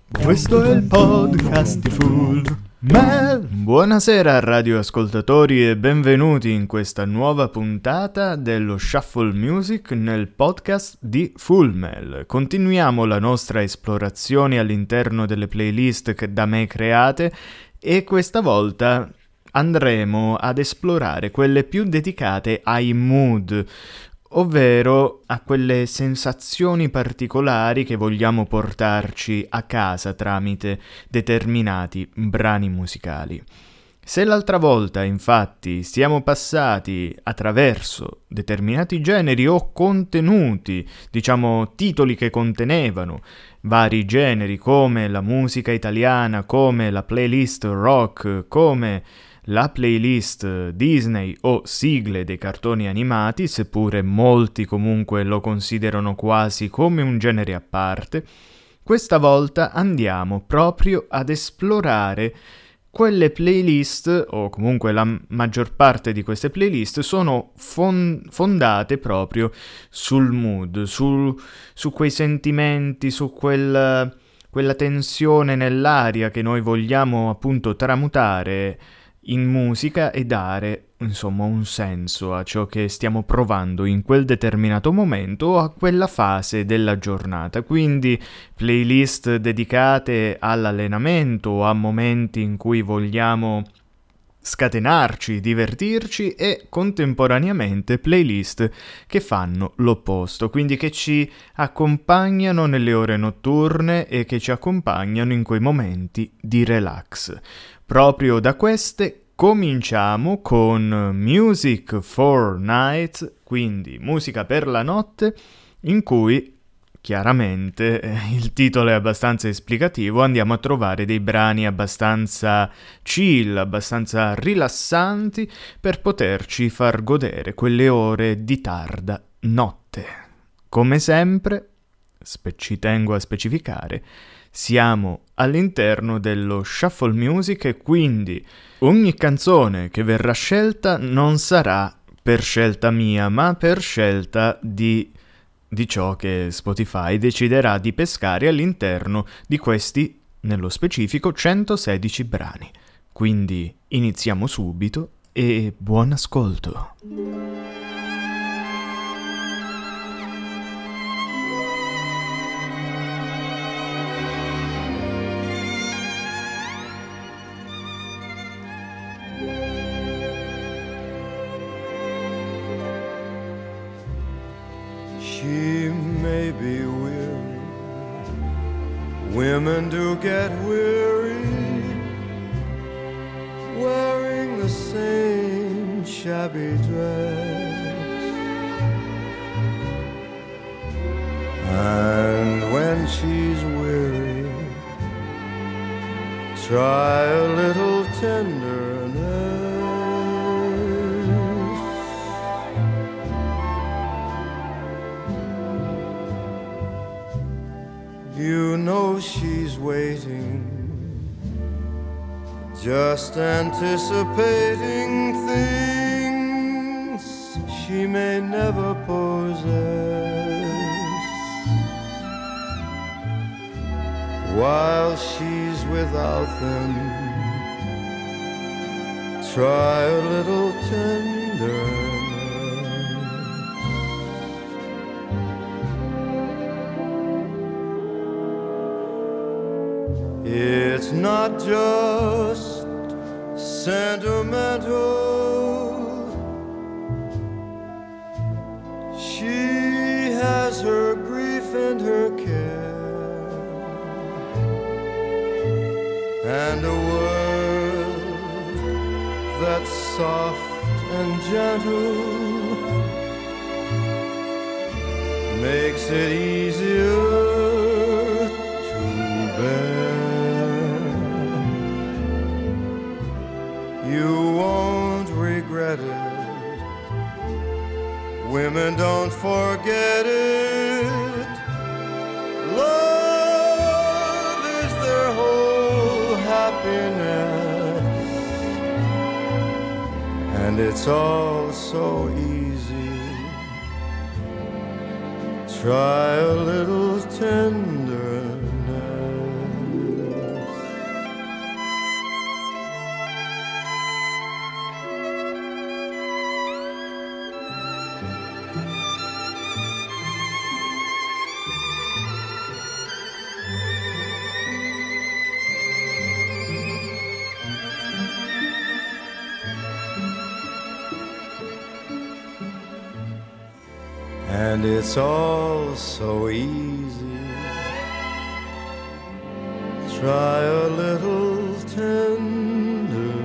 Questo è il podcast di Full Mel. Buonasera radioascoltatori e benvenuti in questa nuova puntata dello Shuffle Music nel podcast di Full Mel. Continuiamo la nostra esplorazione all'interno delle playlist da me create e questa volta andremo ad esplorare quelle più dedicate ai mood, ovvero a quelle sensazioni particolari che vogliamo portarci a casa tramite determinati brani musicali. Se l'altra volta, infatti, siamo passati attraverso determinati generi o contenuti, diciamo titoli che contenevano vari generi come la musica italiana, come la playlist rock, come la playlist Disney o sigle dei cartoni animati, seppure molti comunque lo considerano quasi come un genere a parte, questa volta andiamo proprio ad esplorare quelle playlist, o comunque la maggior parte di queste playlist, sono fondate proprio sul mood, su quei sentimenti, su quella tensione nell'aria che noi vogliamo appunto tramutare in musica e dare, insomma, un senso a ciò che stiamo provando in quel determinato momento o a quella fase della giornata. Quindi playlist dedicate all'allenamento o a momenti in cui vogliamo scatenarci, divertirci e contemporaneamente playlist che fanno l'opposto, quindi che ci accompagnano nelle ore notturne e che ci accompagnano in quei momenti di relax. Proprio da queste cominciamo con Music for Night, quindi musica per la notte, in cui chiaramente il titolo è abbastanza esplicativo, andiamo a trovare dei brani abbastanza chill, abbastanza rilassanti per poterci far godere quelle ore di tarda notte. Come sempre, ci tengo a specificare, siamo all'interno dello Shuffle Music e quindi ogni canzone che verrà scelta non sarà per scelta mia, ma per scelta di ciò che Spotify deciderà di pescare all'interno di questi, nello specifico, 116 brani. Quindi iniziamo subito e buon ascolto. She may be weary, women do get weary, wearing the same shabby dress. And when she's weary, try a little tenderness. You know she's waiting, just anticipating things she may never possess. While she's without them, try a little tenderness. It's not just sentimental. She has her grief and her care, and a world that's soft and gentle makes it easier to bear. You won't regret it. Women don't forget it. Love is their whole happiness, and it's all so easy. Try a little tenderness. and it's all so easy. Try a little tenderness.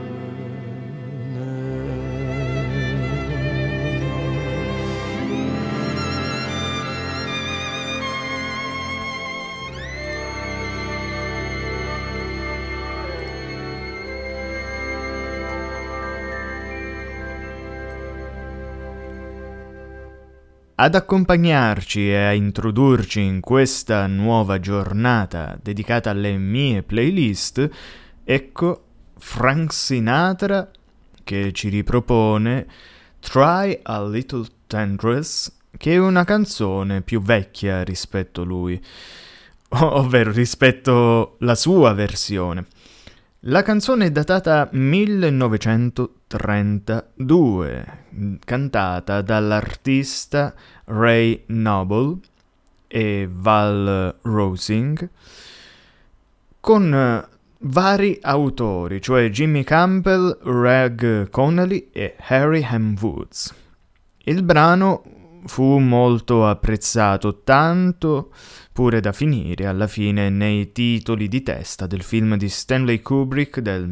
Ad accompagnarci e a introdurci in questa nuova giornata dedicata alle mie playlist, ecco Frank Sinatra che ci ripropone Try a Little Tendress, che è una canzone più vecchia rispetto a lui, ovvero rispetto alla sua versione. La canzone è datata 1932, cantata dall'artista Ray Noble e Val Rosing, con vari autori, cioè Jimmy Campbell, Reg Connelly e Harry M. Woods. Il brano fu molto apprezzato, tanto pure da finire alla fine nei titoli di testa del film di Stanley Kubrick del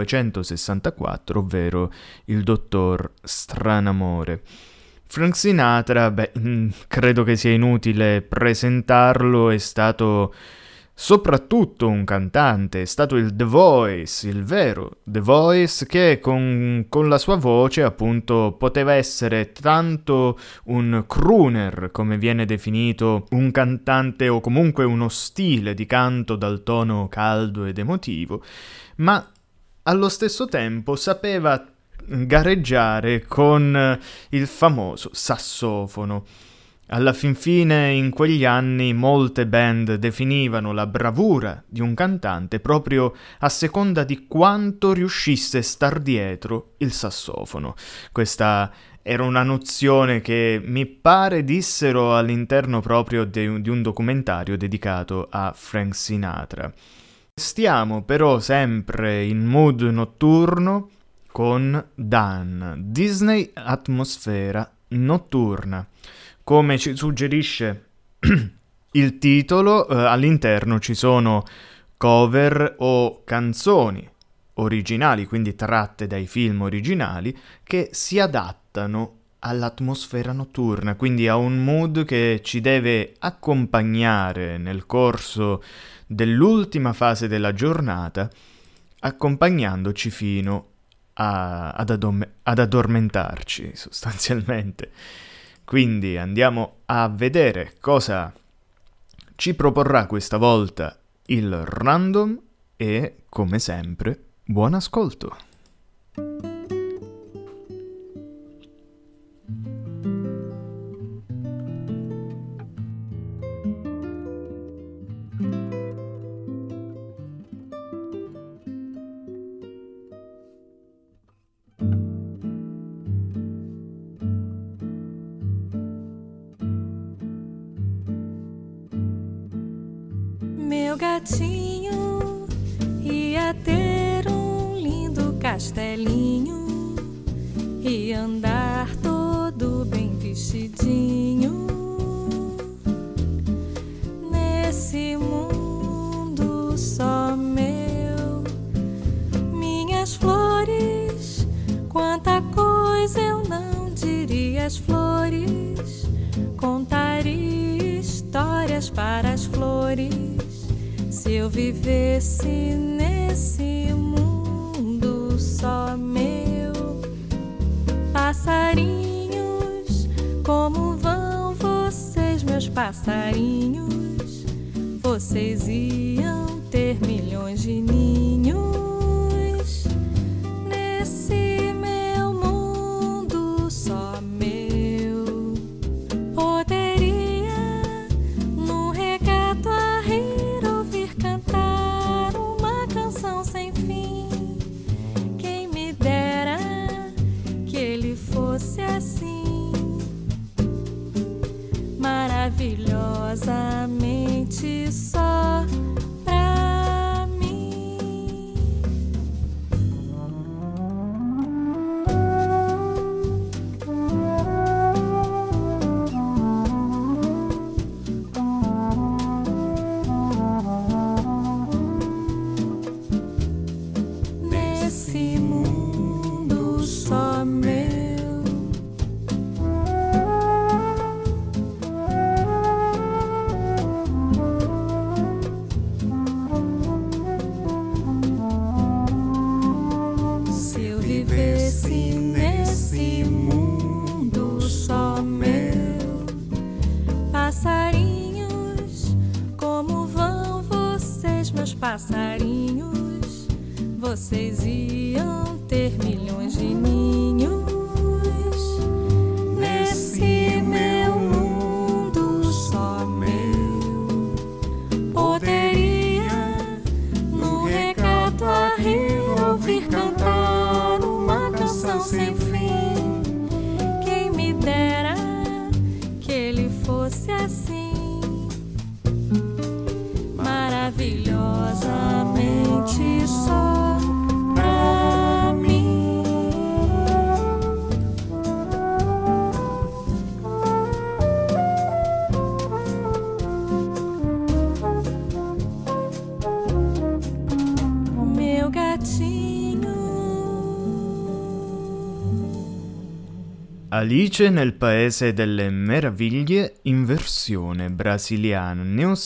1964, ovvero Il Dottor Stranamore. Frank Sinatra, credo che sia inutile presentarlo, è stato soprattutto un cantante, è stato il The Voice, il vero The Voice, che con la sua voce appunto poteva essere tanto un crooner, come viene definito un cantante o comunque uno stile di canto dal tono caldo ed emotivo, ma allo stesso tempo sapeva gareggiare con il famoso sassofono. Alla fin fine, in quegli anni, molte band definivano la bravura di un cantante proprio a seconda di quanto riuscisse a star dietro il sassofono. Questa era una nozione che mi pare dissero all'interno proprio di un documentario dedicato a Frank Sinatra. Stiamo però sempre in mood notturno con Dan, Disney Atmosfera Notturna. Come ci suggerisce il titolo, all'interno ci sono cover o canzoni originali, quindi tratte dai film originali, che si adattano all'atmosfera notturna, quindi a un mood che ci deve accompagnare nel corso dell'ultima fase della giornata, accompagnandoci fino ad addormentarci, sostanzialmente. Quindi andiamo a vedere cosa ci proporrà questa volta il random e, come sempre, buon ascolto! Meu gatinho ia ter lindo castelinho e andar todo bem vestidinho nesse mundo só meu. Minhas flores, quanta coisa eu não diria às flores, contaria histórias para as flores. Se eu vivesse nesse mundo só meu. Passarinhos, como vão vocês, meus passarinhos? Vocês iam ter milhões de ninhos nesse meu mundo só meu. Poderia num regato a rir, ouvir cantar uma canção sem fim. Quem me dera que ele fosse assim, maravilhosamente só pra mim. vocês, meus passarinhos, vocês iam ter milhões de ninhos. Nesse meu mundo só meu, poderia no regato a rir ouvir cantar uma canção sem fim. Quem me dera que ele fosse assim, maravilhosamente só pra mim. O meu gatinho. Alice nel Paese delle Meraviglie in versione brasiliana,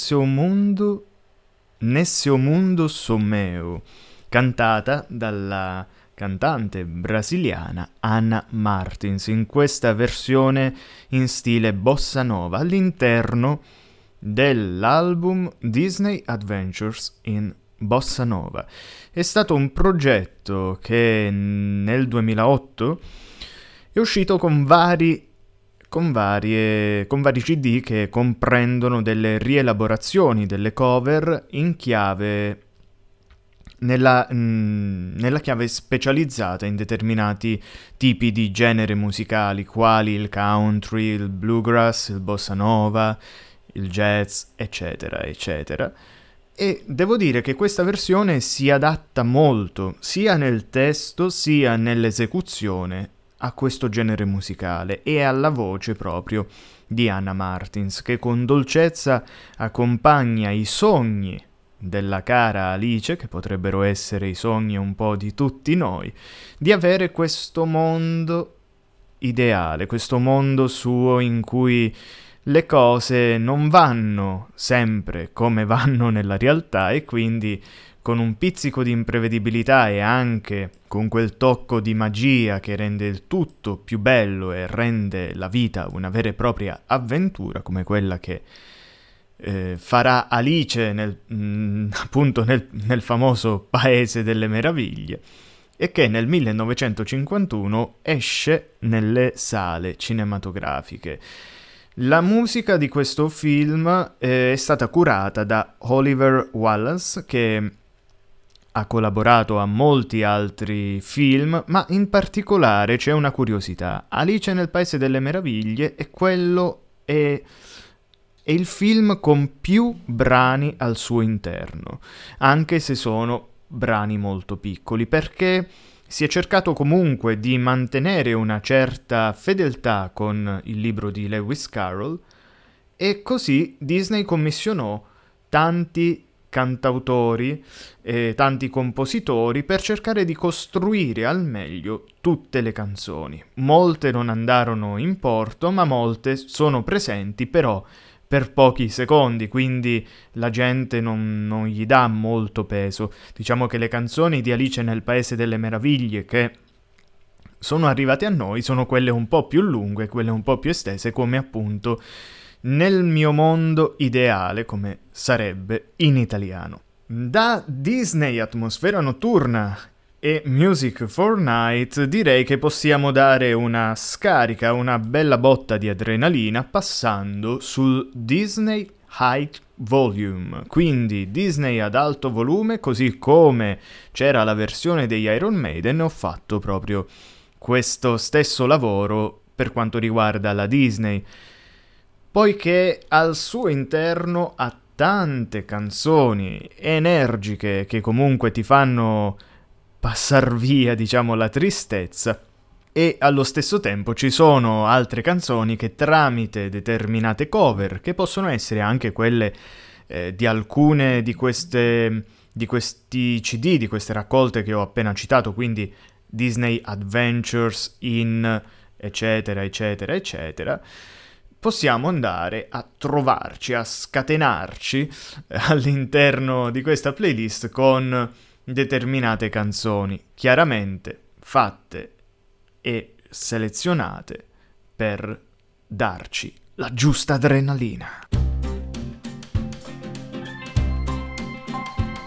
Nesse Mundo Sou Meu, cantata dalla cantante brasiliana Ana Martins, in questa versione in stile bossa nova all'interno dell'album Disney Adventures in Bossa Nova. È stato un progetto che nel 2008 è uscito con vari CD che comprendono delle rielaborazioni, delle cover in chiave nella chiave specializzata in determinati tipi di generi musicali, quali il country, il bluegrass, il bossa nova, il jazz, eccetera, eccetera. E devo dire che questa versione si adatta molto, sia nel testo sia nell'esecuzione, a questo genere musicale e alla voce proprio di Ana Martins, che con dolcezza accompagna i sogni della cara Alice, che potrebbero essere i sogni un po' di tutti noi, di avere questo mondo ideale, questo mondo suo in cui le cose non vanno sempre come vanno nella realtà e quindi con un pizzico di imprevedibilità e anche con quel tocco di magia che rende il tutto più bello e rende la vita una vera e propria avventura, come quella che farà Alice appunto nel famoso Paese delle Meraviglie, e che nel 1951 esce nelle sale cinematografiche. La musica di questo film è stata curata da Oliver Wallace, che ha collaborato a molti altri film, ma in particolare c'è una curiosità. Alice nel Paese delle Meraviglie è il film con più brani al suo interno, anche se sono brani molto piccoli, perché si è cercato comunque di mantenere una certa fedeltà con il libro di Lewis Carroll, e così Disney commissionò tanti cantautori e tanti compositori per cercare di costruire al meglio tutte le canzoni. Molte non andarono in porto, ma molte sono presenti però per pochi secondi, quindi la gente non gli dà molto peso. Diciamo che le canzoni di Alice nel Paese delle Meraviglie che sono arrivate a noi sono quelle un po' più lunghe, quelle un po' più estese, come appunto Nel mio mondo ideale, come sarebbe in italiano. Da Disney Atmosfera Notturna e Music for Night direi che possiamo dare una scarica, una bella botta di adrenalina passando sul Disney High Volume, quindi Disney ad alto volume, così come c'era la versione degli Iron Maiden. Ho fatto proprio questo stesso lavoro per quanto riguarda la Disney, poiché al suo interno ha tante canzoni energiche che comunque ti fanno passar via, diciamo, la tristezza, e allo stesso tempo ci sono altre canzoni che tramite determinate cover, che possono essere anche quelle di alcune di questi CD, di queste raccolte che ho appena citato, quindi Disney Adventures in eccetera eccetera eccetera, possiamo andare a trovarci, a scatenarci all'interno di questa playlist con determinate canzoni, chiaramente fatte e selezionate per darci la giusta adrenalina.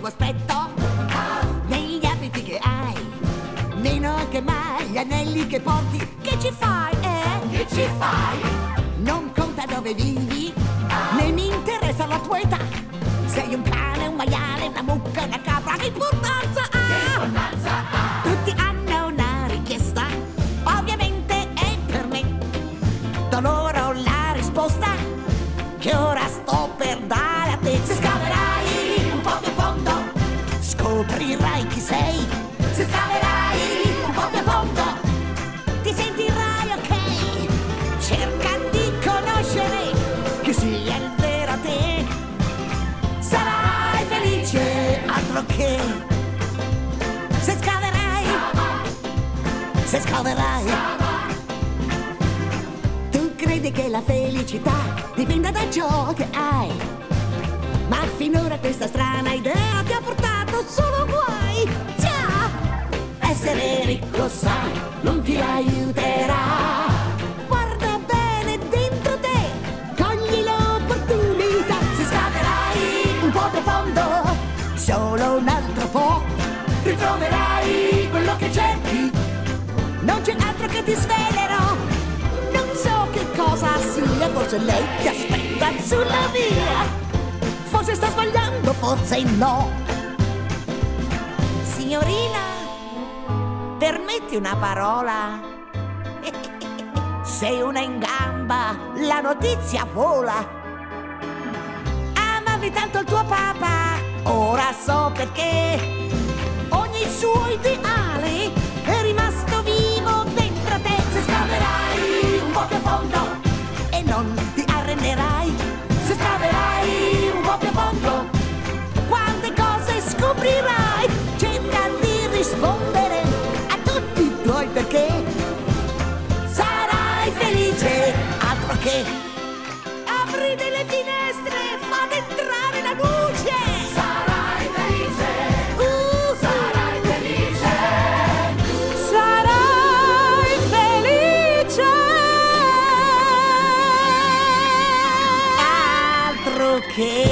aspetto, negli abiti che hai, meno che mai gli anelli che porti. Che ci fai, Che ci fai? Non conta dove vivi, né mi interessa la tua età. Sei un cane, un maiale, una mucca, una capra, che importanza ha? Tutti hanno una richiesta, ovviamente è per me. Do loro la risposta che ora sto per dare a te. Se scaverai un po' più a fondo, scoprirai chi sei. Se scaverai un po' più a fondo, ti sentirai ok. Cerca di conoscere chi sia il vero te. Sarai felice, altro che. Se scaverai, se scaverai. Tu credi che la felicità dipenda da ciò che hai, ma finora questa strana idea ti ha portato solo guai. Già, essere ricco sai non ti aiuterà. Guarda bene dentro te, cogli l'opportunità. Se scaverai un po' più a fondo, solo un altro po', ritroverai quello che cerchi. Non c'è altro che ti svelerò. Non so che cosa sia, forse lei ti aspetta sulla via. Forse sta sbagliando, forse no. Signorina, permetti una parola? Sei una in gamba, la notizia vola. Amavi tanto il tuo papà, ora so perché. Ogni suo ideale è rimasto vivo dentro te. Se scaverai un po' più a fondo e non ti arrenderai. Se scaverai un po' più a fondo, quante cose scoprirai. Cerca di rispondere a tutti i tuoi perché. Sarai felice, altro che. Apri delle finestre, fate entrare la luce. Sarai felice, sarai felice. Sarai felice, altro che.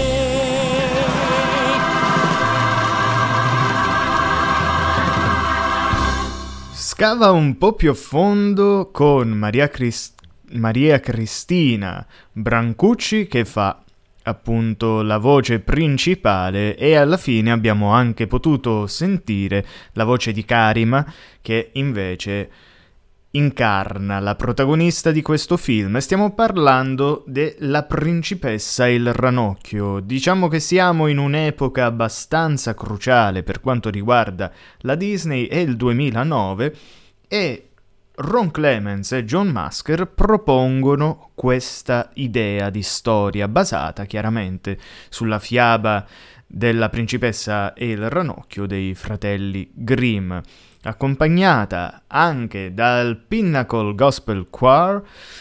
Scava un po' più a fondo con Maria Cristina Brancucci che fa appunto la voce principale, e alla fine abbiamo anche potuto sentire la voce di Karima che invece incarna la protagonista di questo film. Stiamo parlando della principessa e il ranocchio. Diciamo che siamo in un'epoca abbastanza cruciale per quanto riguarda la Disney, è il 2009 e Ron Clements e John Musker propongono questa idea di storia basata chiaramente sulla fiaba della principessa e il ranocchio dei fratelli Grimm, accompagnata anche dal Pinnacle Gospel Choir.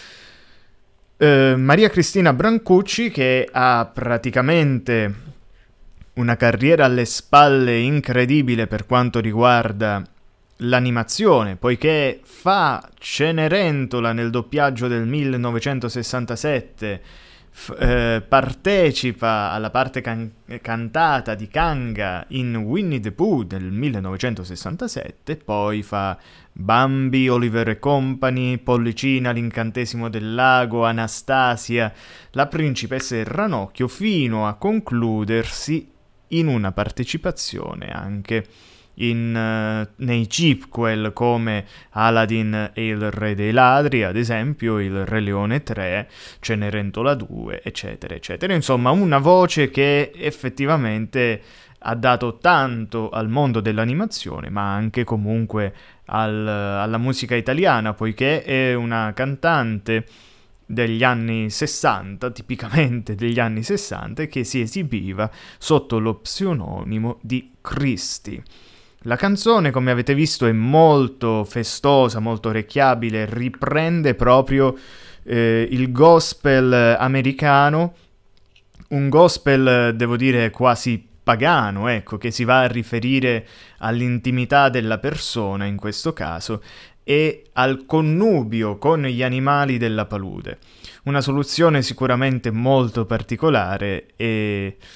Maria Cristina Brancucci, che ha praticamente una carriera alle spalle incredibile per quanto riguarda l'animazione, poiché fa Cenerentola nel doppiaggio del 1967, partecipa alla parte cantata di Kanga in Winnie the Pooh del 1967, poi fa Bambi, Oliver e Company, Pollicina, L'incantesimo del lago, Anastasia, La principessa e il ranocchio, fino a concludersi in una partecipazione anche nei sequel come Aladdin e il Re dei Ladri, ad esempio, il Re Leone 3, Cenerentola 2, eccetera, eccetera. Insomma, una voce che effettivamente ha dato tanto al mondo dell'animazione, ma anche comunque alla musica italiana, poiché è una cantante degli anni 60, tipicamente degli anni 60, che si esibiva sotto lo pseudonimo di Christy. La canzone, come avete visto, è molto festosa, molto orecchiabile, riprende proprio il gospel americano, un gospel, devo dire, quasi pagano, ecco, che si va a riferire all'intimità della persona in questo caso e al connubio con gli animali della palude. Una soluzione sicuramente molto particolare e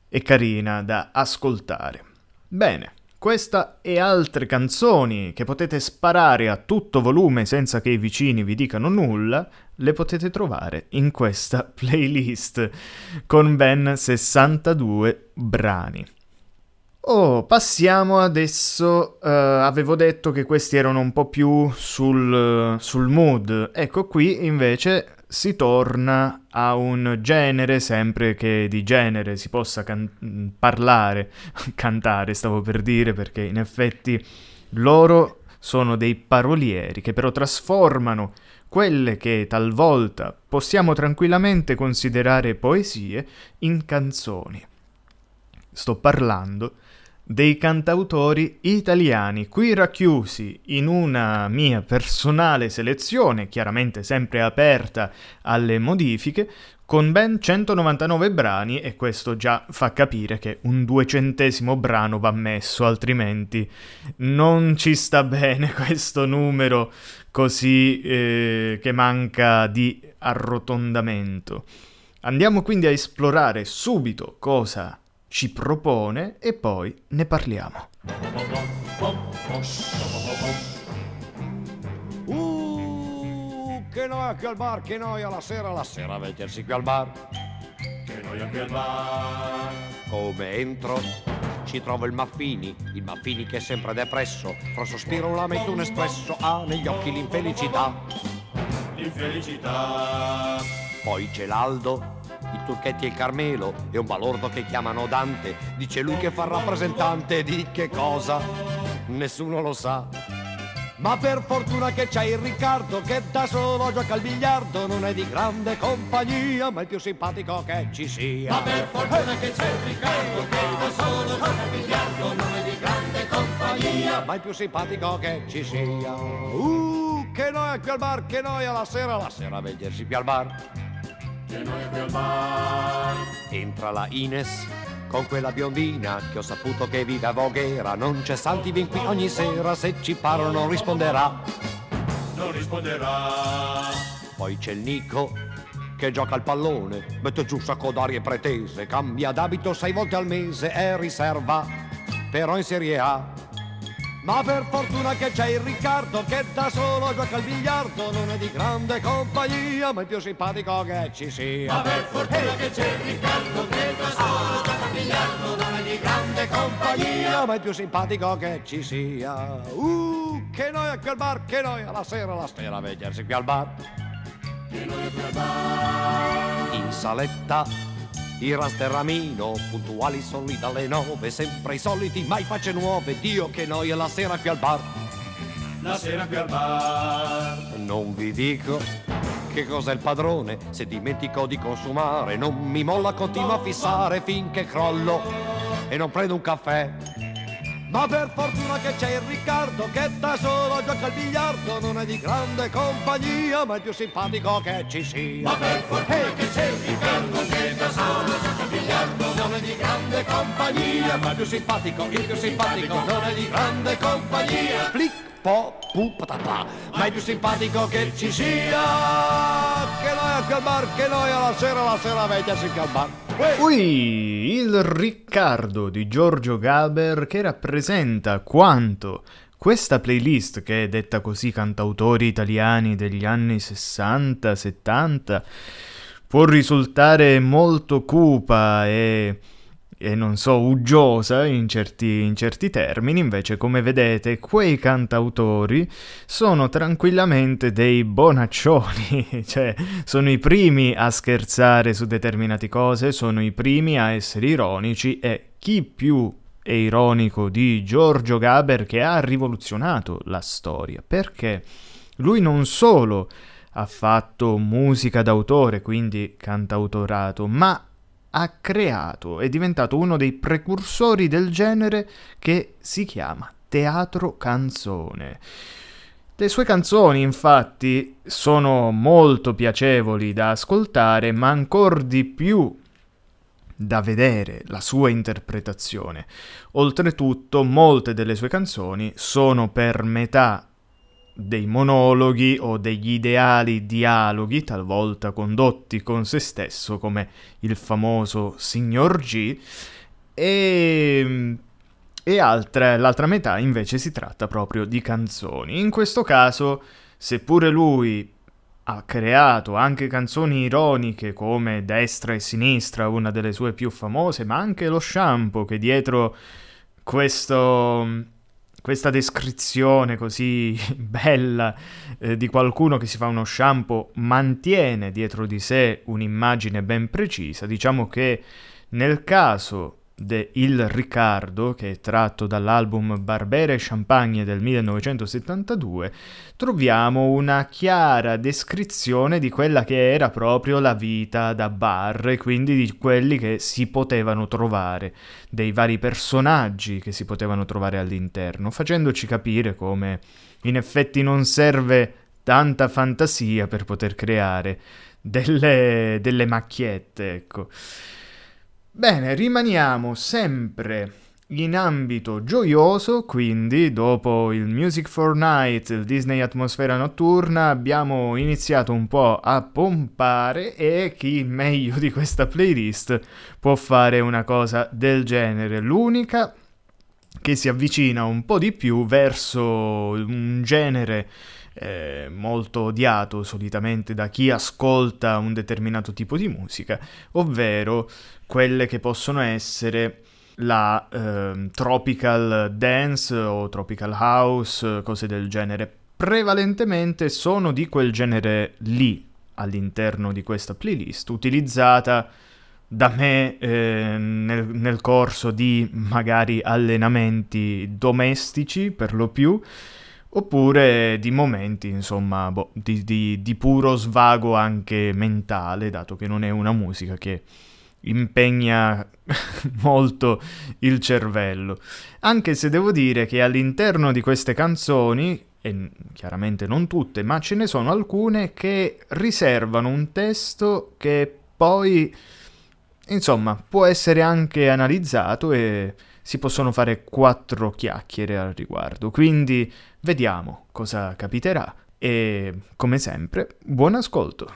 e carina da ascoltare. Bene, questa e altre canzoni che potete sparare a tutto volume senza che i vicini vi dicano nulla, le potete trovare in questa playlist con ben 62 brani. Passiamo adesso, avevo detto che questi erano un po' più sul mood, ecco qui invece si torna a un genere, sempre che di genere si possa parlare, cantare stavo per dire, perché in effetti loro sono dei parolieri che però trasformano quelle che talvolta possiamo tranquillamente considerare poesie in canzoni. Sto parlando dei cantautori italiani, qui racchiusi in una mia personale selezione, chiaramente sempre aperta alle modifiche, con ben 199 brani, e questo già fa capire che un 200° brano va messo, altrimenti non ci sta bene questo numero così che manca di arrotondamento. Andiamo quindi a esplorare subito cosa ci propone e poi ne parliamo. Che noia qui al bar, che noia la sera a vedersi qui al bar. Che noia qui al bar. Come entro ci trovo il Maffini che è sempre depresso. Fra sospiro un lamento, un espresso, ha negli occhi l'infelicità. Poi c'è l'Aldo, il Turchetti e il Carmelo e un balordo che chiamano Dante. Dice lui che fa il rappresentante di che cosa? Nessuno lo sa. Ma per fortuna che c'è il Riccardo che da solo gioca al biliardo, non è di grande compagnia, ma il più simpatico che ci sia. Ma per fortuna che c'è il Riccardo che da solo gioca al biliardo, non è di grande compagnia, ma il più simpatico che ci sia. Che noia qui al bar, che noia la sera a vedersi qui al bar. Che noia qui al bar. Entra la Ines con quella biondina che ho saputo che vive a Voghera. Non c'è santi, vien qui ogni sera, se ci parlo non risponderà. Poi c'è il Nico che gioca al pallone, mette giù sacco d'arie pretese, cambia d'abito 6 volte al mese, è riserva però in Serie A. Ma per fortuna che c'è il Riccardo che da solo gioca al biliardo, non è di grande compagnia, ma il più simpatico che ci sia. Ma per fortuna che c'è il Riccardo che da solo gioca al biliardo, non è di grande compagnia, ma il più simpatico che ci sia. Che noia qui al bar, che noia la sera a vedersi qui al bar. Che noia qui al bar. In saletta il Rasterramino, puntuali sono lì dalle 9, sempre i soliti, mai facce nuove. Dio che noia la sera qui al bar. La sera qui al bar. Non vi dico che cos'è il padrone, se dimentico di consumare non mi molla, continua a fissare finché crollo e non prendo un caffè. Ma per fortuna che c'è il Riccardo che da solo gioca al biliardo, non è di grande compagnia, ma il più simpatico che ci sia. Ma per fortuna che c'è il Riccardo che da solo gioca al biliardo, non è di grande compagnia, ma il più simpatico non è di grande compagnia. Flick, po, pu, patapà, ma il più simpatico che ci sia. Che noia qui al bar, che noia la sera a vedersi qui al bar. Ui, il Riccardo di Giorgio Gaber, che rappresenta quanto questa playlist, che è detta così cantautori italiani degli anni 60-70, può risultare molto cupa e non so, uggiosa in certi termini. Invece, come vedete, quei cantautori sono tranquillamente dei bonaccioni, cioè sono i primi a scherzare su determinate cose, sono i primi a essere ironici, e chi più è ironico di Giorgio Gaber, che ha rivoluzionato la storia, perché lui non solo ha fatto musica d'autore, quindi cantautorato, ma ha creato, è diventato uno dei precursori del genere che si chiama teatro canzone. Le sue canzoni, infatti, sono molto piacevoli da ascoltare, ma ancor di più da vedere la sua interpretazione. Oltretutto, molte delle sue canzoni sono per metà dei monologhi o degli ideali dialoghi, talvolta condotti con se stesso, come il famoso Signor G, e l'altra metà invece si tratta proprio di canzoni. In questo caso, seppure lui ha creato anche canzoni ironiche come Destra e Sinistra, una delle sue più famose, ma anche Lo Shampoo, che dietro questa descrizione così bella di qualcuno che si fa uno shampoo mantiene dietro di sé un'immagine ben precisa. Diciamo che nel caso de Il Riccardo, che è tratto dall'album Barbera e Champagne del 1972, troviamo una chiara descrizione di quella che era proprio la vita da bar e quindi di quelli che si potevano trovare, dei vari personaggi che si potevano trovare all'interno, facendoci capire come in effetti non serve tanta fantasia per poter creare delle macchiette, ecco. Bene, rimaniamo sempre in ambito gioioso, quindi dopo il Music for Night, il Disney Atmosfera Notturna, abbiamo iniziato un po' a pompare, e chi meglio di questa playlist può fare una cosa del genere. L'unica che si avvicina un po' di più verso un genere molto odiato solitamente da chi ascolta un determinato tipo di musica, ovvero quelle che possono essere la tropical dance o tropical house, cose del genere. Prevalentemente sono di quel genere lì all'interno di questa playlist, utilizzata da me nel corso di magari allenamenti domestici per lo più, oppure di momenti, insomma, di puro svago anche mentale, dato che non è una musica che impegna molto il cervello. Anche se devo dire che all'interno di queste canzoni, e chiaramente non tutte, ma ce ne sono alcune che riservano un testo che poi, insomma, può essere anche analizzato e si possono fare 4 chiacchiere al riguardo. Quindi vediamo cosa capiterà e, come sempre, buon ascolto.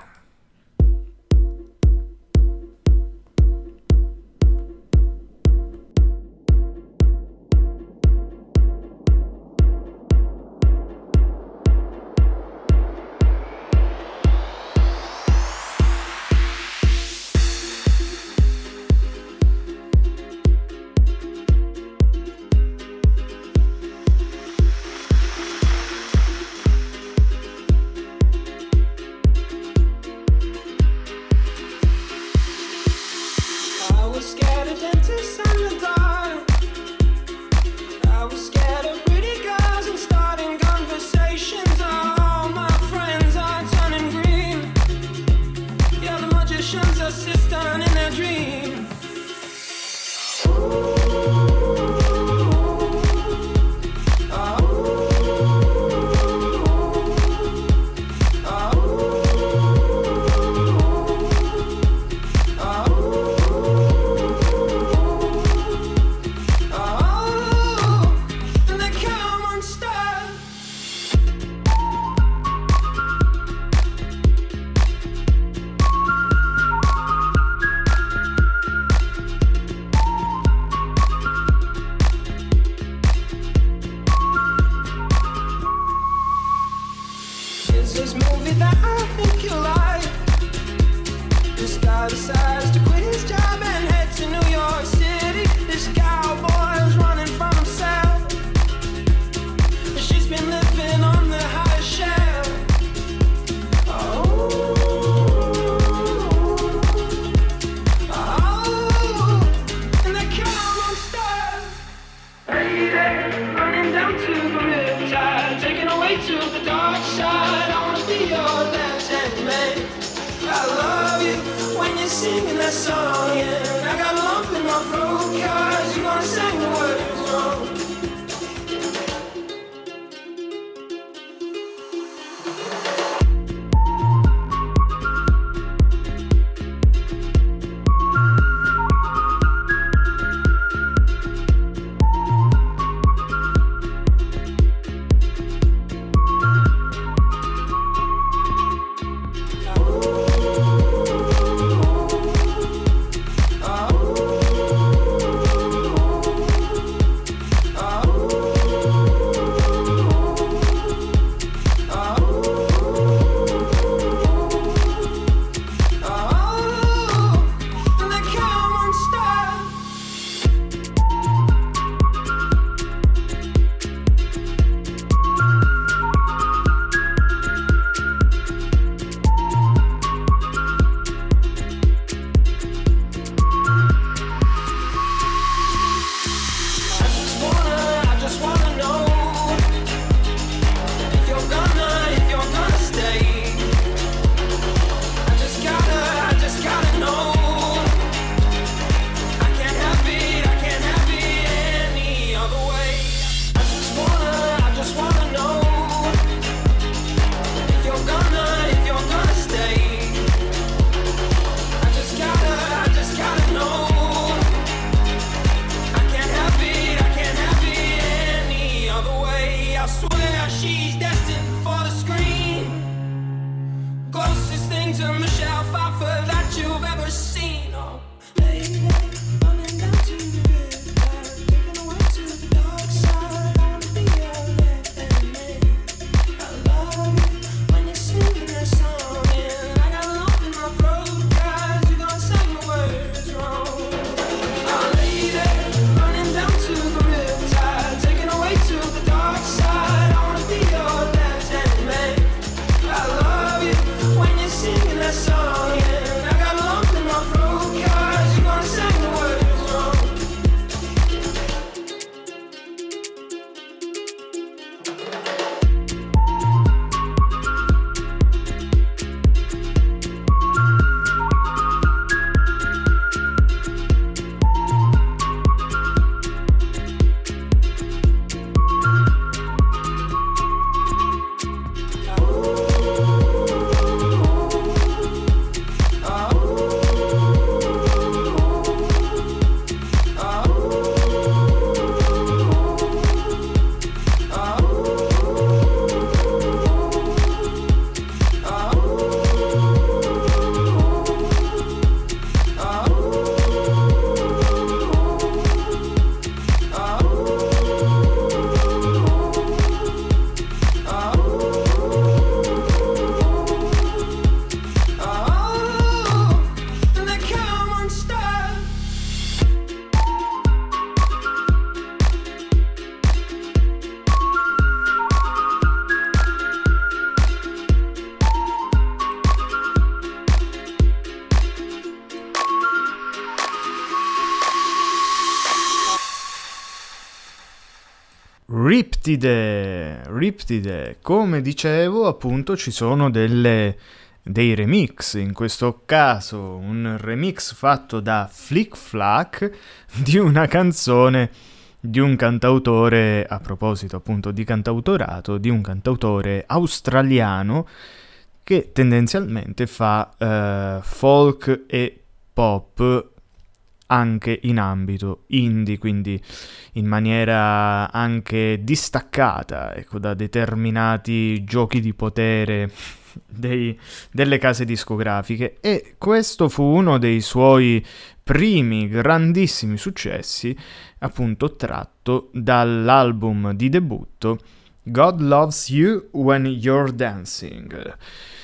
to Michelle Pfeiffer that you've ever seen. Oh, lady, running down to the river, taking away to the dark side. I wanna be your left-hand man. I love it when you're singing that song, and I got lump in my throat 'cause you're gonna sing the words wrong. Oh, lady, running down to the riptide, taking away to the dark side. I wanna be your left-hand man. I love you when you're singing that song, and I got lump in my throat 'cause you're gonna sing the words wrong. And they come on star. Riptide, come dicevo, appunto ci sono dei remix, in questo caso un remix fatto da Flick Flack di una canzone di un cantautore, a proposito appunto di cantautorato, di un cantautore australiano che tendenzialmente fa folk e pop anche in ambito indie, quindi in maniera anche distaccata, ecco, da determinati giochi di potere delle case discografiche, e questo fu uno dei suoi primi grandissimi successi, appunto tratto dall'album di debutto God Loves You When You're Dancing,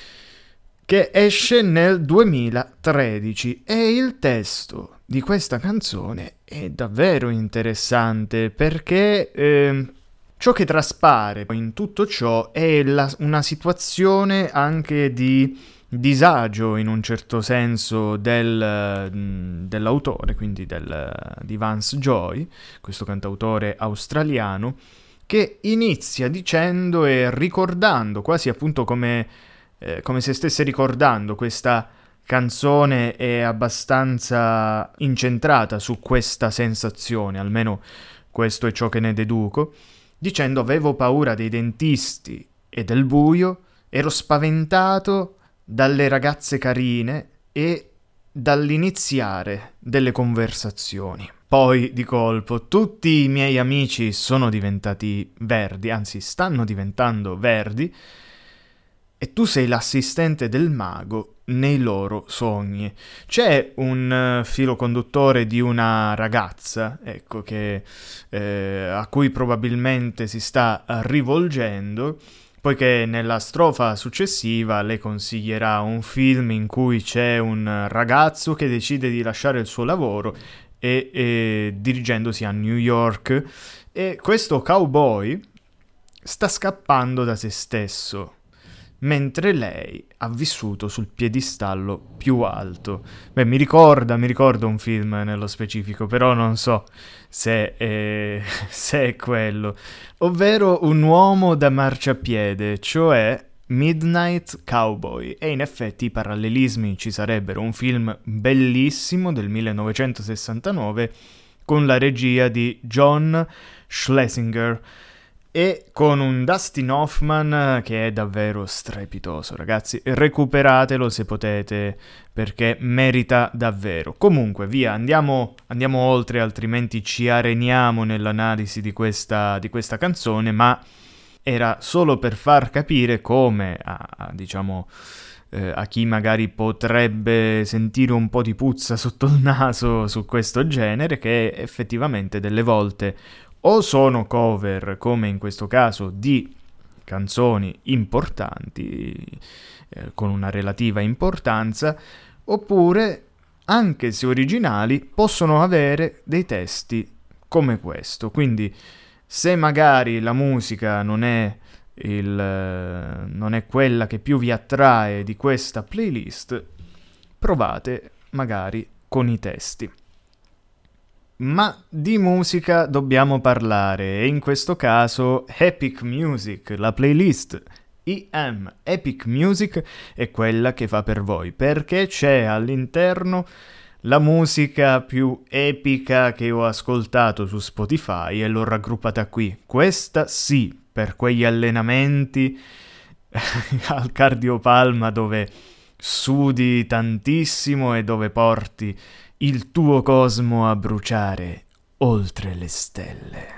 che esce nel 2013, e il testo di questa canzone è davvero interessante perché ciò che traspare in tutto ciò è una situazione anche di disagio, in un certo senso, dell'autore, quindi di Vance Joy, questo cantautore australiano, che inizia dicendo e ricordando, quasi appunto come se stesse ricordando, questa canzone è abbastanza incentrata su questa sensazione, almeno questo è ciò che ne deduco, dicendo: avevo paura dei dentisti e del buio, ero spaventato dalle ragazze carine e dall'iniziare delle conversazioni. Poi di colpo tutti i miei amici sono diventati verdi, anzi stanno diventando verdi, e tu sei l'assistente del mago nei loro sogni. C'è un filo conduttore di una ragazza, ecco, a cui probabilmente si sta rivolgendo, poiché nella strofa successiva le consiglierà un film in cui c'è un ragazzo che decide di lasciare il suo lavoro e dirigendosi a New York, e questo cowboy sta scappando da se stesso, mentre lei ha vissuto sul piedistallo più alto. Beh, mi ricorda un film nello specifico, però non so se è quello, ovvero Un uomo da marciapiede, cioè Midnight Cowboy, e in effetti i parallelismi ci sarebbero. Un film bellissimo del 1969 con la regia di John Schlesinger e con un Dustin Hoffman che è davvero strepitoso, ragazzi. Recuperatelo se potete, perché merita davvero. Comunque, via, andiamo oltre, altrimenti ci areniamo nell'analisi di questa canzone, ma era solo per far capire come, diciamo, a chi magari potrebbe sentire un po' di puzza sotto il naso su questo genere, che effettivamente delle volte o sono cover, come in questo caso, di canzoni importanti, con una relativa importanza, oppure, anche se originali, possono avere dei testi come questo. Quindi, se magari la musica non è quella che più vi attrae di questa playlist, provate magari con i testi. Ma di musica dobbiamo parlare, e in questo caso Epic Music, la playlist EM Epic Music è quella che fa per voi, perché c'è all'interno la musica più epica che ho ascoltato su Spotify e l'ho raggruppata qui. Questa sì, per quegli allenamenti al cardiopalma dove sudi tantissimo e dove porti il tuo cosmo a bruciare oltre le stelle.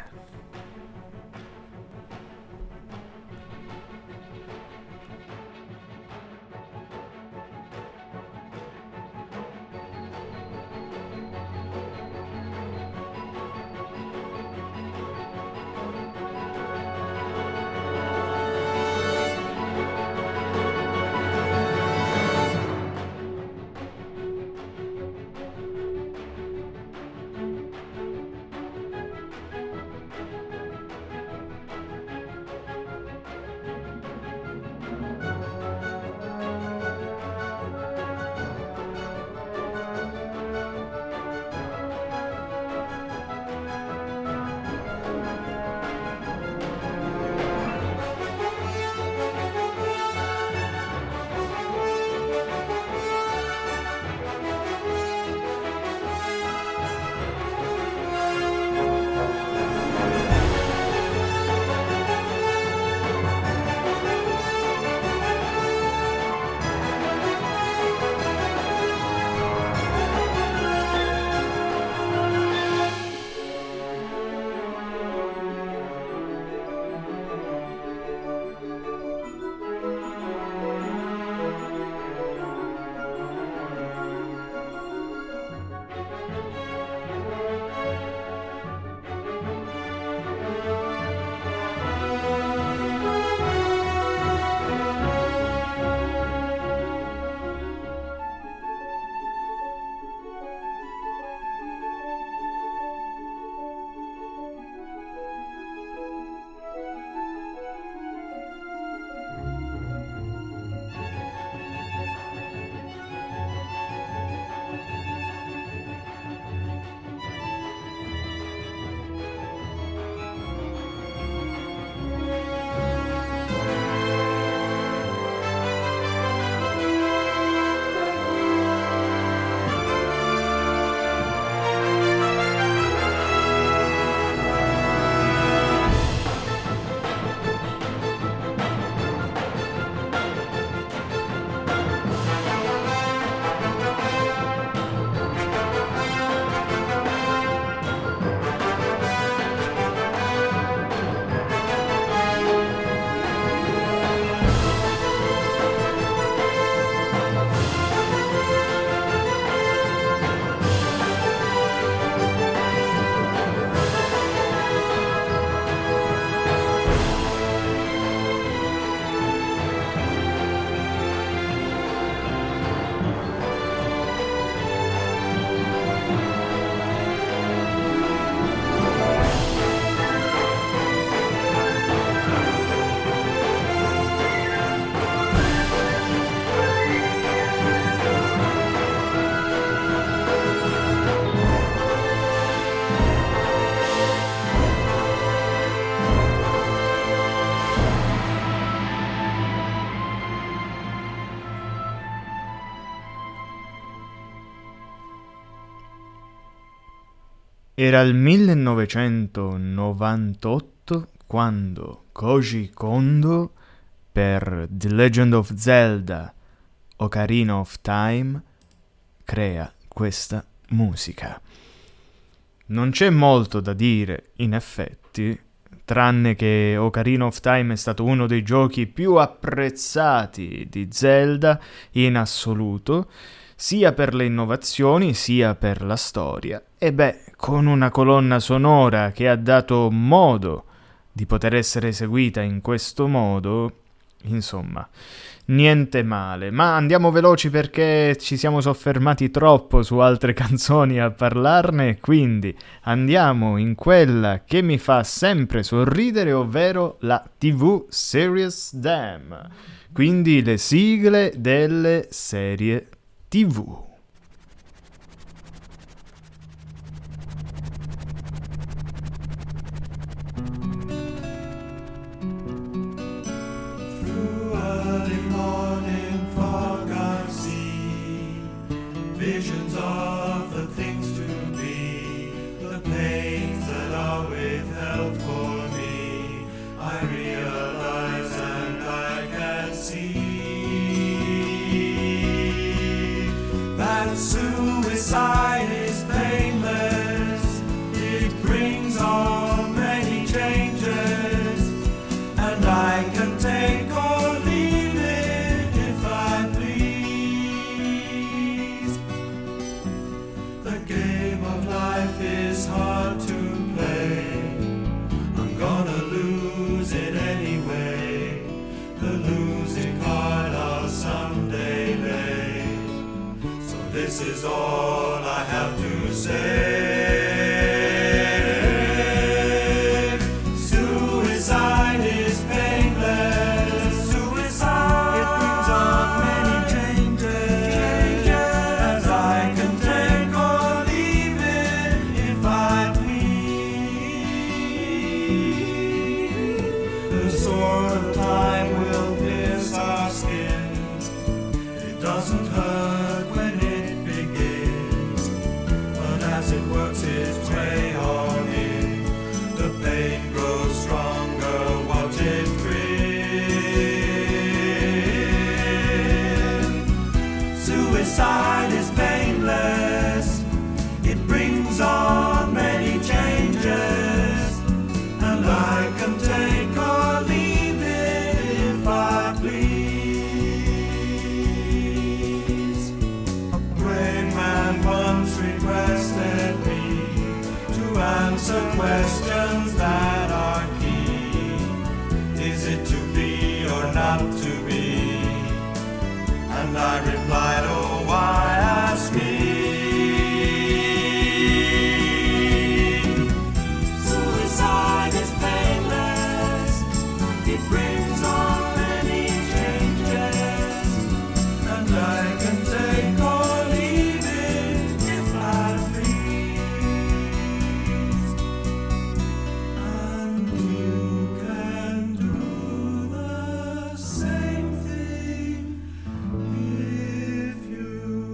Era il 1998 quando Koji Kondo per The Legend of Zelda Ocarina of Time crea questa musica. Non c'è molto da dire, in effetti, tranne che Ocarina of Time è stato uno dei giochi più apprezzati di Zelda in assoluto, sia per le innovazioni sia per la storia. E beh, con una colonna sonora che ha dato modo di poter essere eseguita in questo modo, insomma, niente male. Ma andiamo veloci perché ci siamo soffermati troppo su altre canzoni a parlarne, quindi andiamo in quella che mi fa sempre sorridere, ovvero la TV Serious Damn, quindi le sigle delle serie TV. Visions of the things to be, the pains that are withheld for me, I realize and I can see that suicide is painless, it brings on many changes, and I can take or leave it if I please. The game of life is hard to play, I'm gonna lose it anyway, the losing card I'll someday lay, so this is all I have to say. Suicide is painless, suicide, it brings on many changes, as I can take or leave it if I please. The sword of time will pierce our skins, it doesn't hurt when it begins, but as it works its way on in, the pain grows stronger, watch it grin. Suicide is painless, it brings on many changes, and I can take or leave it if I please. A brave man once requested me to answer questions that are key. Is it to be or not to be? And I replied, oh, why ask me? Suicide is painless, it brings on many changes, and I can take or leave it if I please. And you can do the same thing if you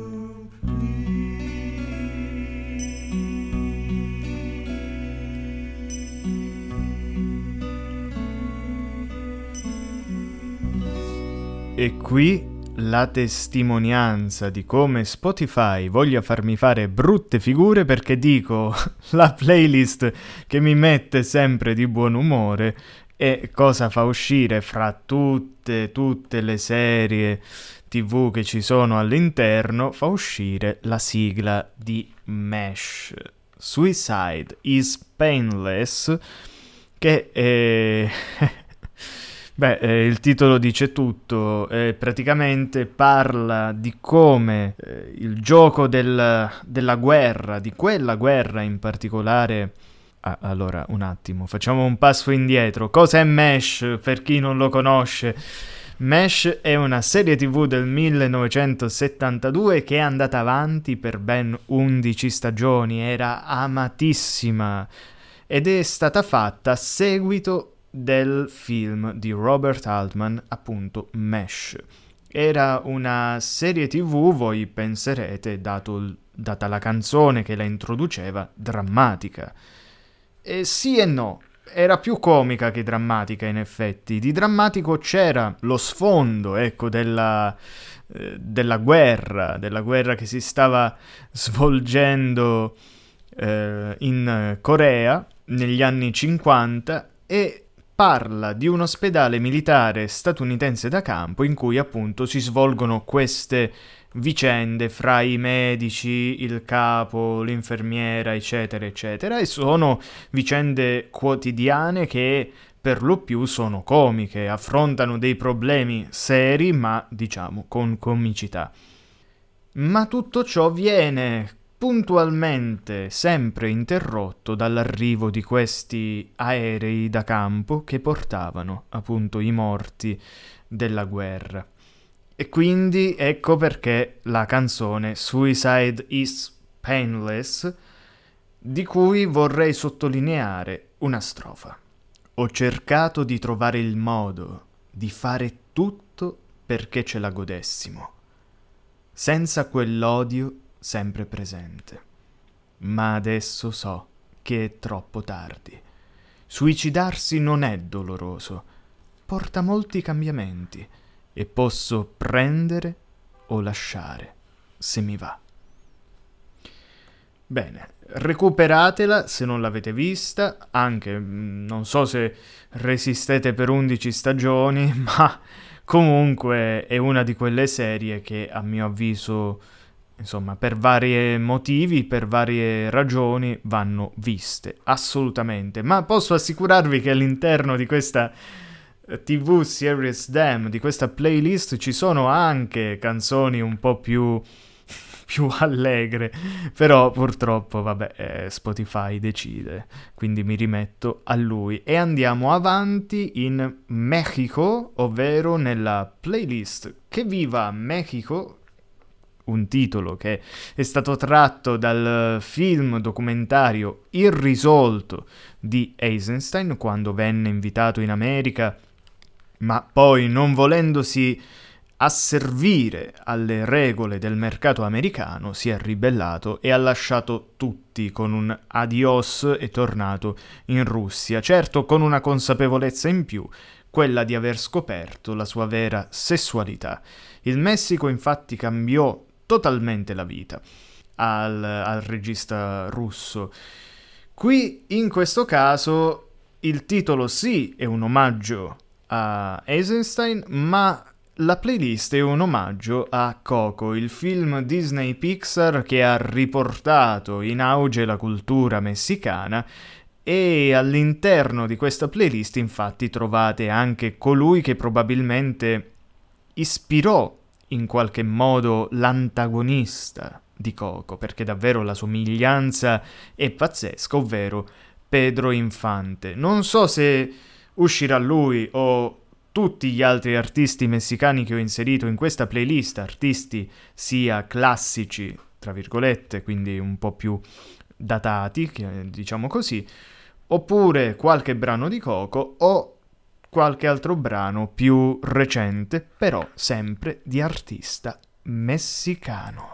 E qui la testimonianza di come Spotify voglia farmi fare brutte figure perché dico la playlist che mi mette sempre di buon umore e cosa fa uscire fra tutte le serie TV che ci sono all'interno, fa uscire la sigla di Mesh, Suicide is Painless, che è... Beh, il titolo dice tutto, praticamente parla di come il gioco della guerra, di quella guerra in particolare... allora, un attimo, facciamo un passo indietro. Cosa è Mesh, per chi non lo conosce? Mesh è una serie TV del 1972 che è andata avanti per ben 11 stagioni, era amatissima ed è stata fatta a seguito del film di Robert Altman, appunto Mesh. Era una serie TV, voi penserete, data la canzone che la introduceva, drammatica. E sì e no, era più comica che drammatica in effetti. Di drammatico c'era lo sfondo, ecco, della guerra che si stava svolgendo in Corea negli anni 50, e parla di un ospedale militare statunitense da campo in cui appunto si svolgono queste vicende fra i medici, il capo, l'infermiera, eccetera, eccetera, e sono vicende quotidiane che per lo più sono comiche, affrontano dei problemi seri, ma diciamo con comicità. Ma tutto ciò viene puntualmente sempre interrotto dall'arrivo di questi aerei da campo che portavano appunto i morti della guerra. E quindi ecco perché la canzone Suicide is Painless, di cui vorrei sottolineare una strofa. Ho cercato di trovare il modo di fare tutto perché ce la godessimo, senza quell'odio sempre presente. Ma adesso so che è troppo tardi. Suicidarsi non è doloroso, porta molti cambiamenti e posso prendere o lasciare, se mi va. Bene, recuperatela se non l'avete vista, anche non so se resistete per 11 stagioni, ma comunque è una di quelle serie che a mio avviso, insomma, per vari motivi, per varie ragioni, vanno viste, assolutamente. Ma posso assicurarvi che all'interno di questa TV Series Damn, di questa playlist, ci sono anche canzoni un po' più allegre, però purtroppo, vabbè, Spotify decide, quindi mi rimetto a lui. E andiamo avanti in Mexico, ovvero nella playlist Che Viva Mexico, un titolo che è stato tratto dal film documentario Irrisolto di Eisenstein, quando venne invitato in America, ma poi non volendosi asservire alle regole del mercato americano si è ribellato e ha lasciato tutti con un adios e tornato in Russia, certo con una consapevolezza in più, quella di aver scoperto la sua vera sessualità. Il Messico infatti cambiò totalmente la vita al regista russo. Qui in questo caso il titolo sì è un omaggio a Eisenstein, ma la playlist è un omaggio a Coco, il film Disney Pixar che ha riportato in auge la cultura messicana, e all'interno di questa playlist infatti trovate anche colui che probabilmente ispirò in qualche modo l'antagonista di Coco, perché davvero la somiglianza è pazzesca, ovvero Pedro Infante. Non so se uscirà lui o tutti gli altri artisti messicani che ho inserito in questa playlist, artisti sia classici, tra virgolette, quindi un po' più datati, diciamo così, oppure qualche brano di Coco o qualche altro brano più recente, però sempre di artista messicano.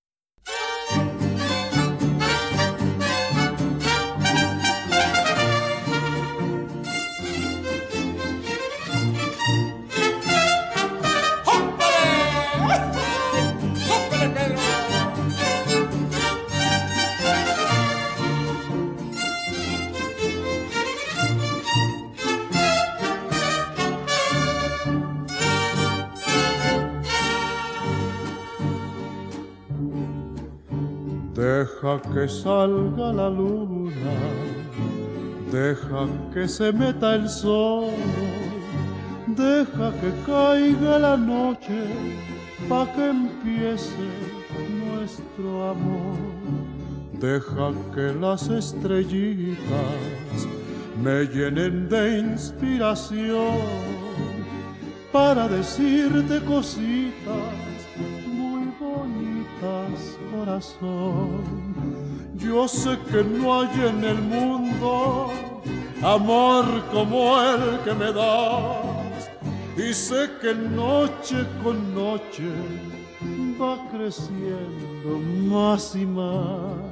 Deja que salga la luna, deja que se meta el sol, deja que caiga la noche, pa' que empiece nuestro amor. Deja que las estrellitas me llenen de inspiración para decirte cositas muy bonitas, corazón. Yo sé que no hay en el mundo amor como el que me das, y sé que noche con noche va creciendo más y más.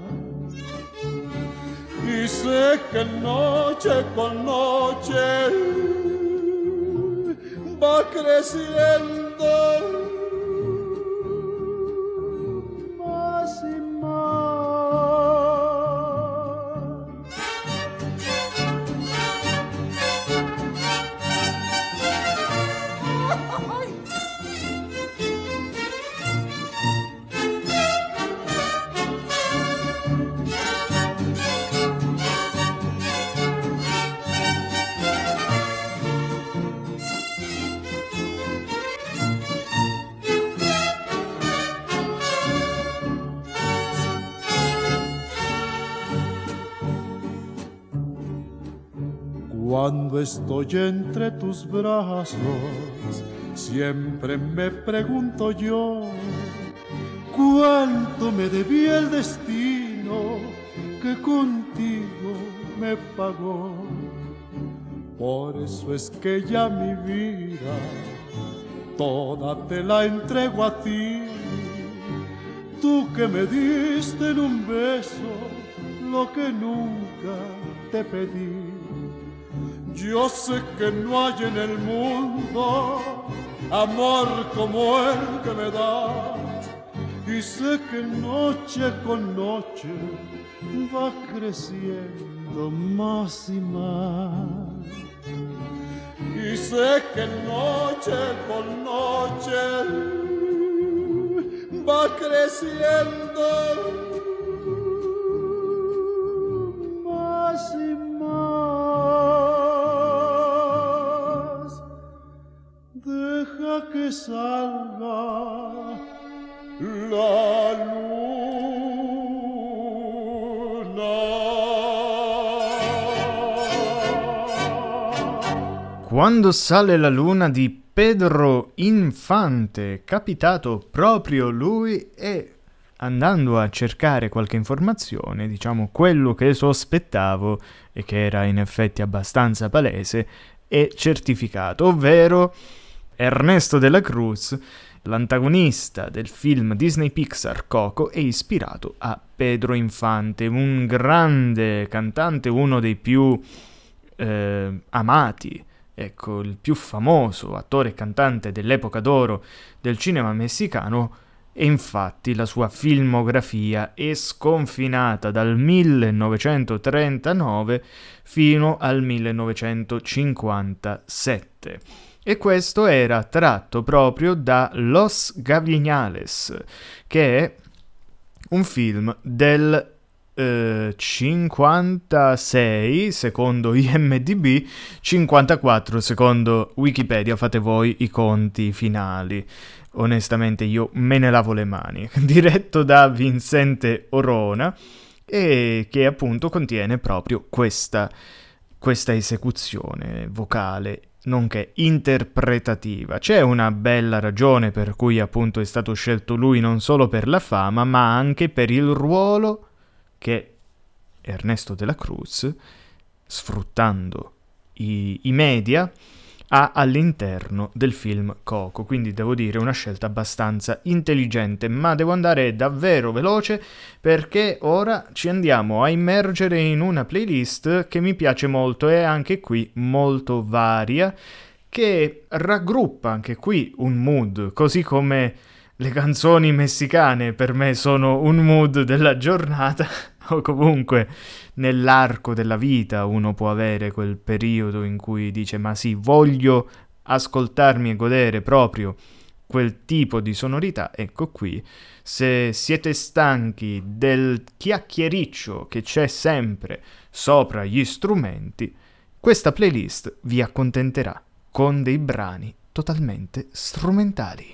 Y sé que noche con noche va creciendo más y más. Cuando estoy entre tus brazos, siempre me pregunto yo, ¿cuánto me debía el destino que contigo me pagó? Por eso es que ya mi vida toda te la entrego a ti, tú que me diste en un beso lo que nunca te pedí. Yo sé que no hay en el mundo amor como el que me das, y sé que noche con noche va creciendo más y más. Y sé que noche con noche va creciendo más y más. Deja que salga la luna. Quando sale la luna di Pedro Infante, capitato proprio lui, e andando a cercare qualche informazione, diciamo quello che sospettavo e che era in effetti abbastanza palese, è certificato, ovvero Ernesto de la Cruz, l'antagonista del film Disney Pixar Coco, è ispirato a Pedro Infante, un grande cantante, uno dei più amati, ecco, il più famoso attore e cantante dell'epoca d'oro del cinema messicano, e infatti la sua filmografia è sconfinata dal 1939 fino al 1957. E questo era tratto proprio da Los Gavilanes, che è un film del 56 secondo IMDb, 54 secondo Wikipedia, fate voi i conti finali. Onestamente io me ne lavo le mani. Diretto da Vincente Orona, e che appunto contiene proprio questa esecuzione vocale nonché interpretativa. C'è una bella ragione per cui appunto è stato scelto lui, non solo per la fama, ma anche per il ruolo che Ernesto de la Cruz, sfruttando i media, ha all'interno del film Coco. Quindi devo dire una scelta abbastanza intelligente, ma devo andare davvero veloce perché ora ci andiamo a immergere in una playlist che mi piace molto e anche qui molto varia, che raggruppa anche qui un mood, così come le canzoni messicane per me sono un mood della giornata o comunque nell'arco della vita uno può avere quel periodo in cui dice ma sì, voglio ascoltarmi e godere proprio quel tipo di sonorità. Ecco qui, se siete stanchi del chiacchiericcio che c'è sempre sopra gli strumenti, questa playlist vi accontenterà con dei brani totalmente strumentali.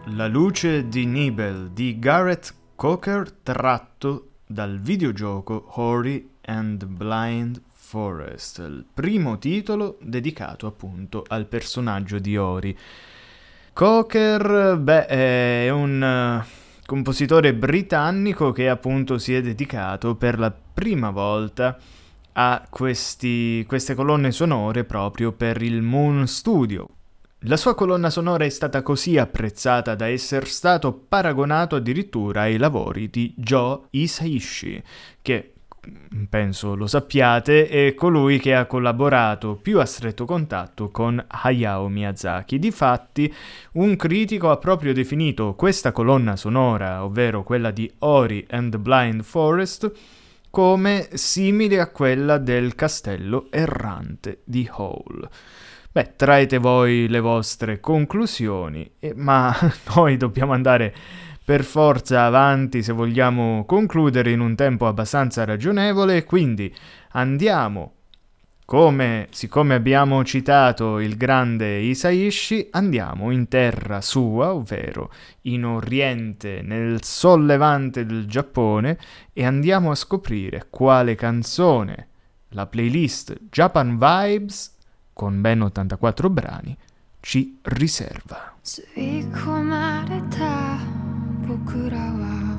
La luce di Nibel di Gareth Cocker, tratto dal videogioco Ori and Blind Forest, il primo titolo dedicato appunto al personaggio di Ori. Cocker, è un compositore britannico che appunto si è dedicato per la prima volta a queste colonne sonore proprio per il Moon Studio. La sua colonna sonora è stata così apprezzata da essere stato paragonato addirittura ai lavori di Joe Hisaishi, che penso lo sappiate, è colui che ha collaborato più a stretto contatto con Hayao Miyazaki. Difatti, un critico ha proprio definito questa colonna sonora, ovvero quella di Ori and the Blind Forest, come simile a quella del castello errante di Howl. Traete voi le vostre conclusioni, ma noi dobbiamo andare per forza avanti se vogliamo concludere in un tempo abbastanza ragionevole, quindi andiamo, siccome abbiamo citato il grande Hisaishi, andiamo in terra sua, ovvero in Oriente, nel sollevante del Giappone, e andiamo a scoprire quale canzone la playlist Japan Vibes, con ben 84 brani, ci riserva. 吸い込まれた僕らは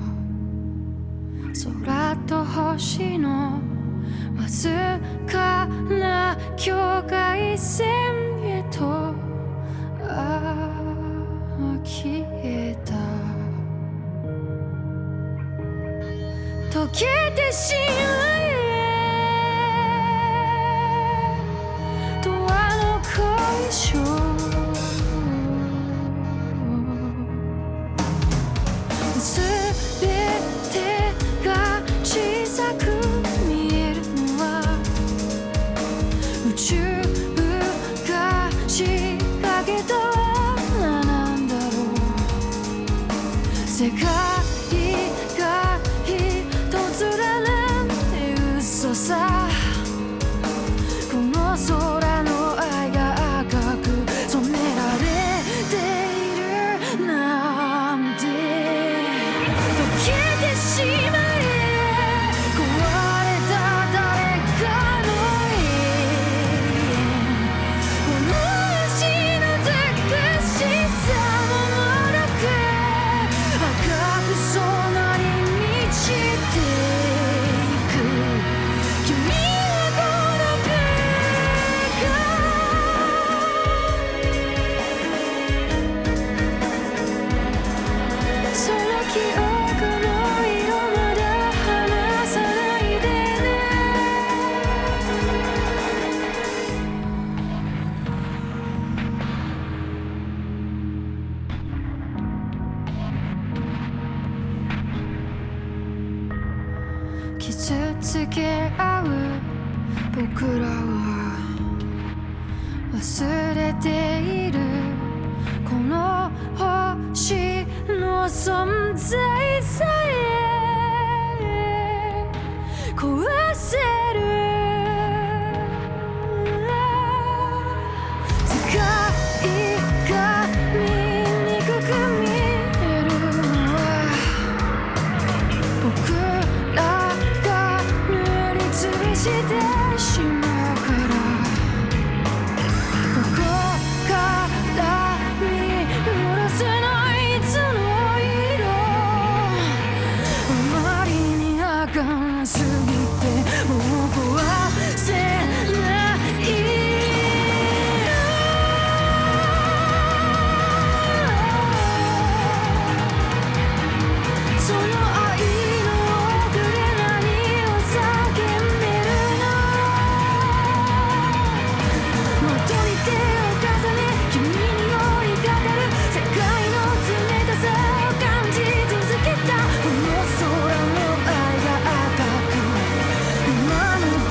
空と星のわずかな境界線へと消えた溶けてしまえ永遠の恋性すべてが小さく見えるのは宇宙が仕掛けた罠なんだろう世界が一つだなんて嘘さこの空の愛が赤く染められているなんて溶けてしまえ壊れた誰かの永遠この足の美しさもまだく赤く染まり満ちていく君はこの文化その記憶の色まだ離さないでね傷つけ合う僕らは忘れているこの星の存在さえ壊せる世界が醜く見えるのは僕らが塗りつぶしてしまうからここから見下ろせないいつの色あまりに儚すぎてもう壊せないその愛の奥で何を叫んでるの元に手を重ね君に寄りかかる世界の冷たさを感じ続けたこの空の愛が赤く今の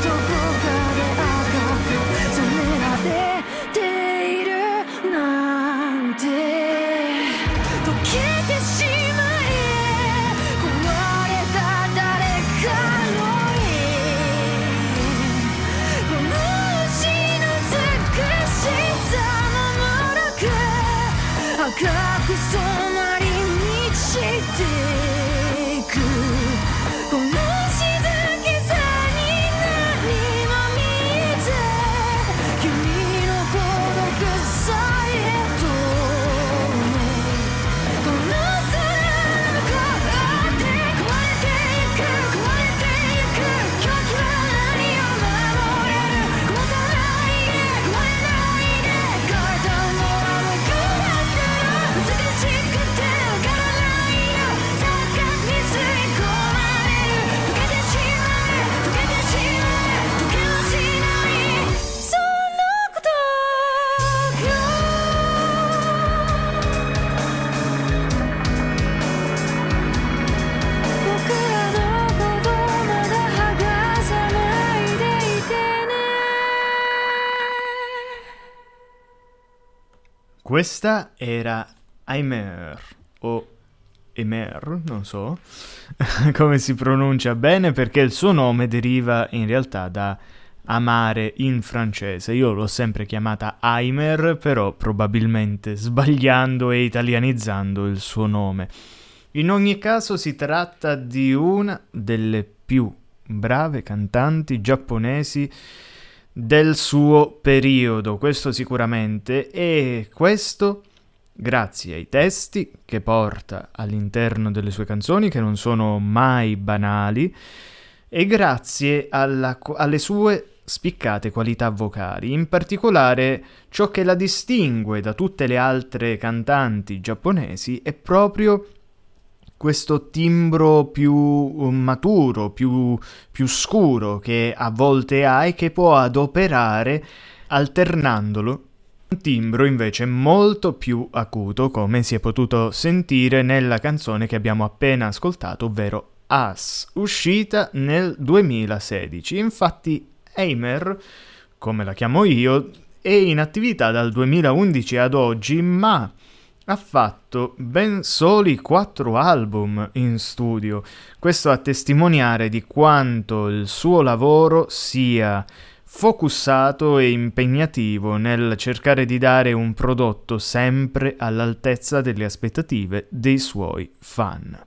Questa era Aimer, o Emer, non so come si pronuncia bene, perché il suo nome deriva in realtà da amare in francese. Io l'ho sempre chiamata Aimer, però probabilmente sbagliando e italianizzando il suo nome. In ogni caso si tratta di una delle più brave cantanti giapponesi del suo periodo, questo sicuramente, e questo grazie ai testi che porta all'interno delle sue canzoni, che non sono mai banali, e grazie alle sue spiccate qualità vocali, in particolare ciò che la distingue da tutte le altre cantanti giapponesi è proprio questo timbro più maturo, più scuro che a volte ha e che può adoperare alternandolo un timbro invece molto più acuto, come si è potuto sentire nella canzone che abbiamo appena ascoltato, ovvero Us, uscita nel 2016. Infatti Aimer, come la chiamo io, è in attività dal 2011 ad oggi, ma ha fatto ben soli 4 album in studio. Questo a testimoniare di quanto il suo lavoro sia focussato e impegnativo nel cercare di dare un prodotto sempre all'altezza delle aspettative dei suoi fan.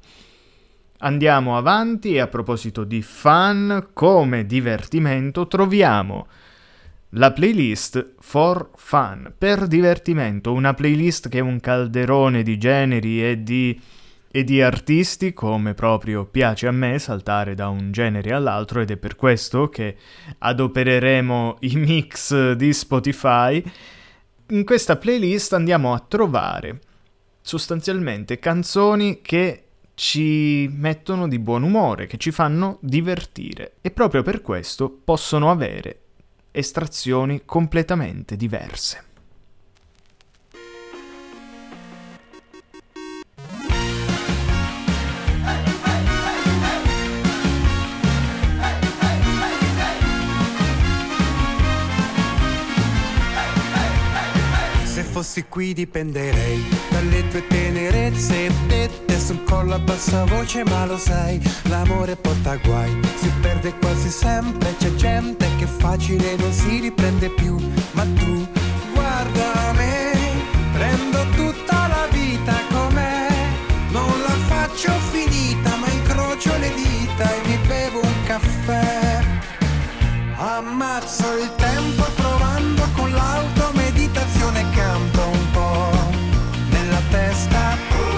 Andiamo avanti e a proposito di fan, come divertimento troviamo la playlist For Fun, per divertimento, una playlist che è un calderone di generi e di artisti, come proprio piace a me saltare da un genere all'altro, ed è per questo che adopereremo i mix di Spotify. In questa playlist andiamo a trovare sostanzialmente canzoni che ci mettono di buon umore, che ci fanno divertire, e proprio per questo possono avere estrazioni completamente diverse. Se fossi qui dipenderei dalle tue tenerezze dette sul collo a bassa voce, ma lo sai, l'amore porta guai, si perde quasi sempre, c'è gente che facile non si riprende più, ma tu guarda me, prendo tutta la vita com'è, non la faccio finita, ma incrocio le dita e mi bevo un caffè, ammazzo il tempo provando con l'auto meditazione, canto un po' nella testa,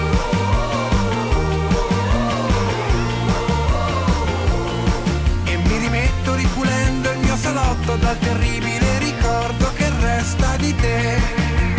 e mi rimetto ripulendo il mio salotto dal terribile ricordo che resta di te.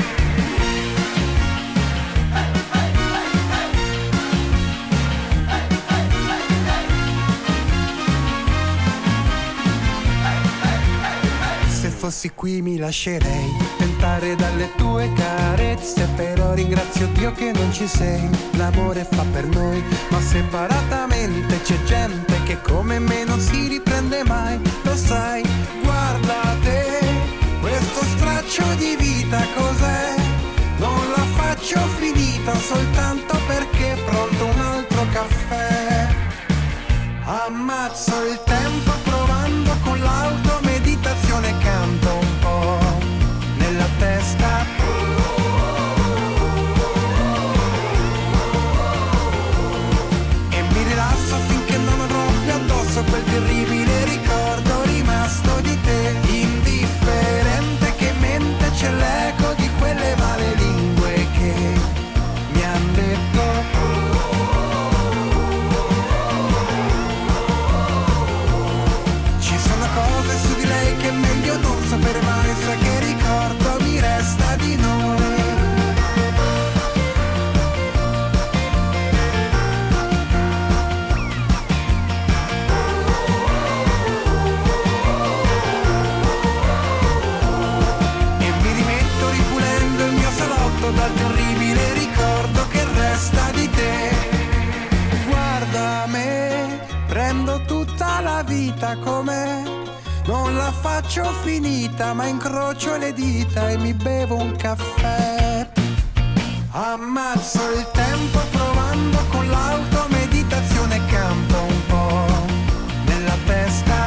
Se fossi qui mi lascerei tentare dalle tue carezze, però ringrazio Dio che non ci sei. L'amore fa per noi, ma separatamente c'è gente che come me non si riprende mai. Lo sai, guarda te, questo straccio di vita cos'è? Non la faccio finita soltanto perché è pronto un altro caffè. Ammazzo il tempo provando con l'auto meditazione, canto un po' nella testa, e mi rilasso finché non avrò più addosso quel terribile ricordo rimasto di te, indifferente che mente c'è l'eco di quelle male lingue che mi han detto. Cose su di lei che è meglio non sapere mai, sa che ricordo mi resta di noi. E mi rimetto ripulendo il mio salotto dal terribile ricordo che resta di te. Guarda me, prendo tutta la vita com'è, non la faccio finita, ma incrocio le dita e mi bevo un caffè. Ammazzo il tempo provando con l'auto, meditazione campo un po' nella testa.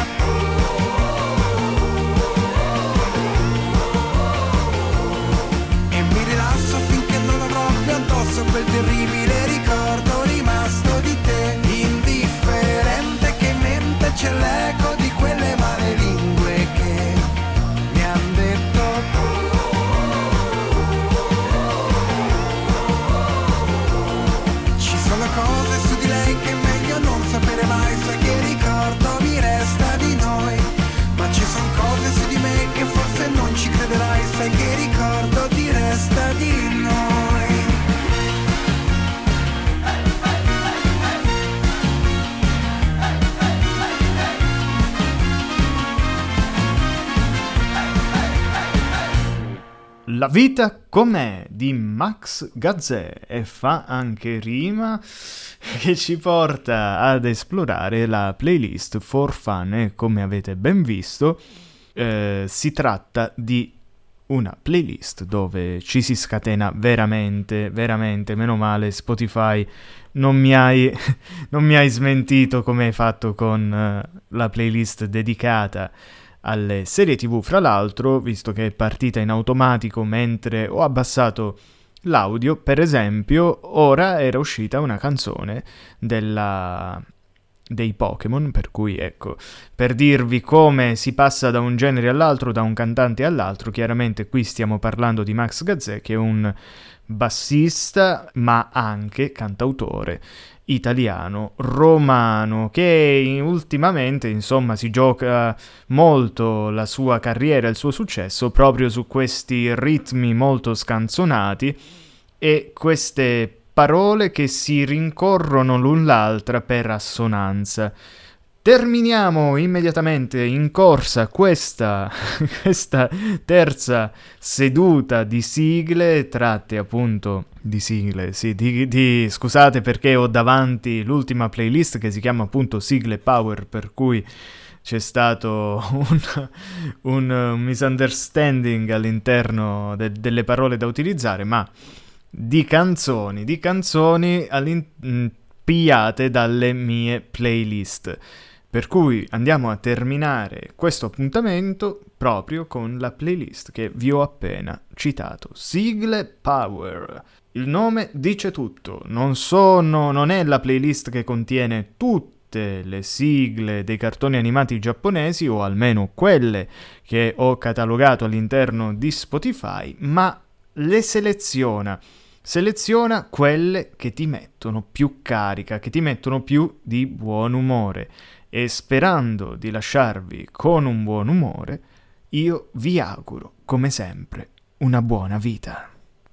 E mi rilasso finché non avrò più addosso quel terribile ricordo rimasto di te. Indifferente che in mente c'è l'eco di quelle male lingue che mi han detto. Cose su di lei che è meglio non sapere mai, sai che ricordo mi resta di noi, ma ci son cose su di me che forse non ci crederai, sai che ricordo ti resta di noi. La vita com'è di Max Gazzè, e fa anche rima, che ci porta ad esplorare la playlist For Fun. E come avete ben visto si tratta di una playlist dove ci si scatena veramente, meno male Spotify non mi hai smentito come hai fatto con la playlist dedicata alle serie TV. Fra l'altro, visto che è partita in automatico mentre ho abbassato l'audio, per esempio, ora era uscita una canzone dei Pokémon, per cui ecco, per dirvi come si passa da un genere all'altro, da un cantante all'altro. Chiaramente qui stiamo parlando di Max Gazzè, che è un bassista ma anche cantautore italiano, romano, che ultimamente insomma si gioca molto la sua carriera e il suo successo proprio su questi ritmi molto scanzonati e queste parole che si rincorrono l'un l'altra per assonanza. Terminiamo immediatamente in corsa questa terza seduta di sigle, tratte appunto di sigle, sì, scusate perché ho davanti l'ultima playlist che si chiama appunto Sigle Power, per cui c'è stato un misunderstanding all'interno delle parole da utilizzare, ma di canzoni pigliate dalle mie playlist. Per cui andiamo a terminare questo appuntamento proprio con la playlist che vi ho appena citato, Sigle Power. Il nome dice tutto, non è la playlist che contiene tutte le sigle dei cartoni animati giapponesi, o almeno quelle che ho catalogato all'interno di Spotify, ma le seleziona quelle che ti mettono più carica, che ti mettono più di buon umore. E sperando di lasciarvi con un buon umore, io vi auguro, come sempre, una buona vita.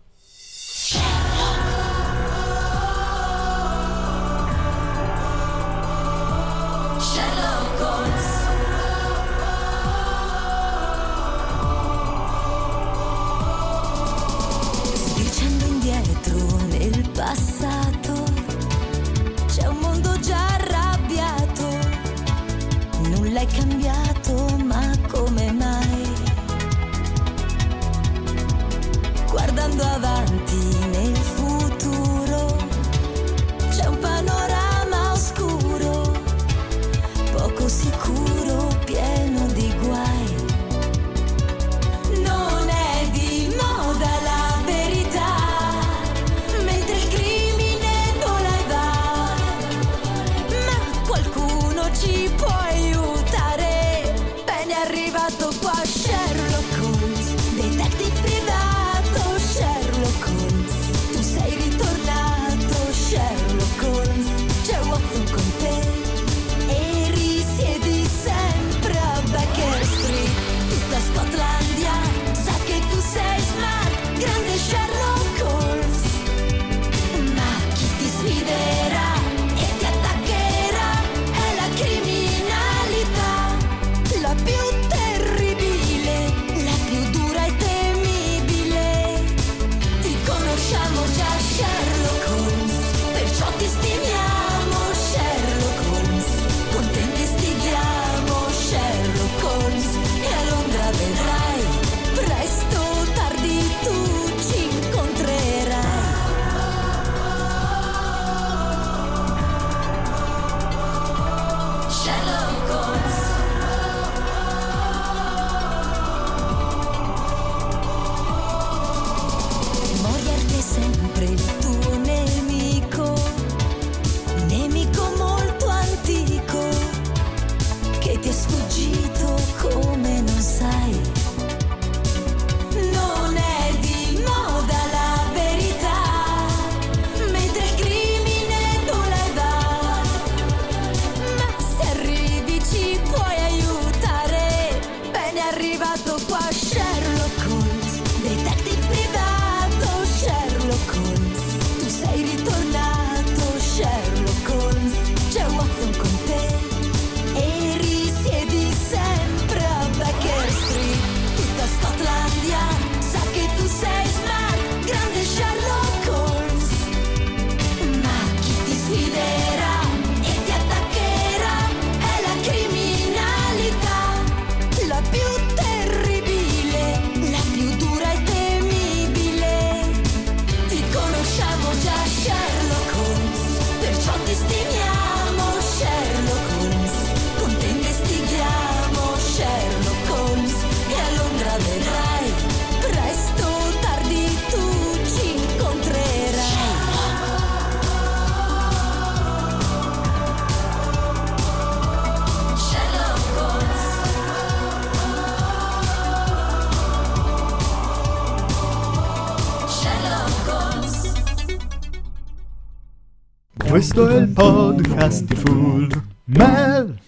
Sbirciando indietro nel passato, c'è un mondo già arrabbiato. Nulla è cambiato, ma come mai? Guardando avanti nel futuro, c'è un panorama oscuro, poco sicuro, pieno di guai. Non è di moda la verità, mentre il crimine vola e va, ma qualcuno ci può aiutare. Bene, è arrivato qua Sherlock Holmes, detective privato Sherlock Holmes. Tu sei ritornato Sherlock Holmes, c'è Watson con te e risiedi sempre ti è sfuggito come non sai. Non è di moda la verità, mentre il crimine tu l'hai va. Ma se arrivi ci puoi aiutare. Ben è arrivato qua Sherlock Holmes, detective privato Sherlock Holmes. Tu sei ritornato Sherlock Holmes. C'è Watson con te e risiedi sempre a Baker Street. Tutta Scotlandia sa che tu sei smart, grande Sherlock Holmes. Ma chi ti sfiderà e ti attaccherà è la criminalità, la più terribile, la più dura e temibile. Ti conosciamo già Sherlock Holmes, perciò ti stimiamo Sherlock Holmes. Con te investighiamo Sherlock Holmes e a Londra vedrai, presto o tardi tu ci incontrerai. Sherlock Holmes. Sherlock Holmes. Questo è il podcast di Full Mel.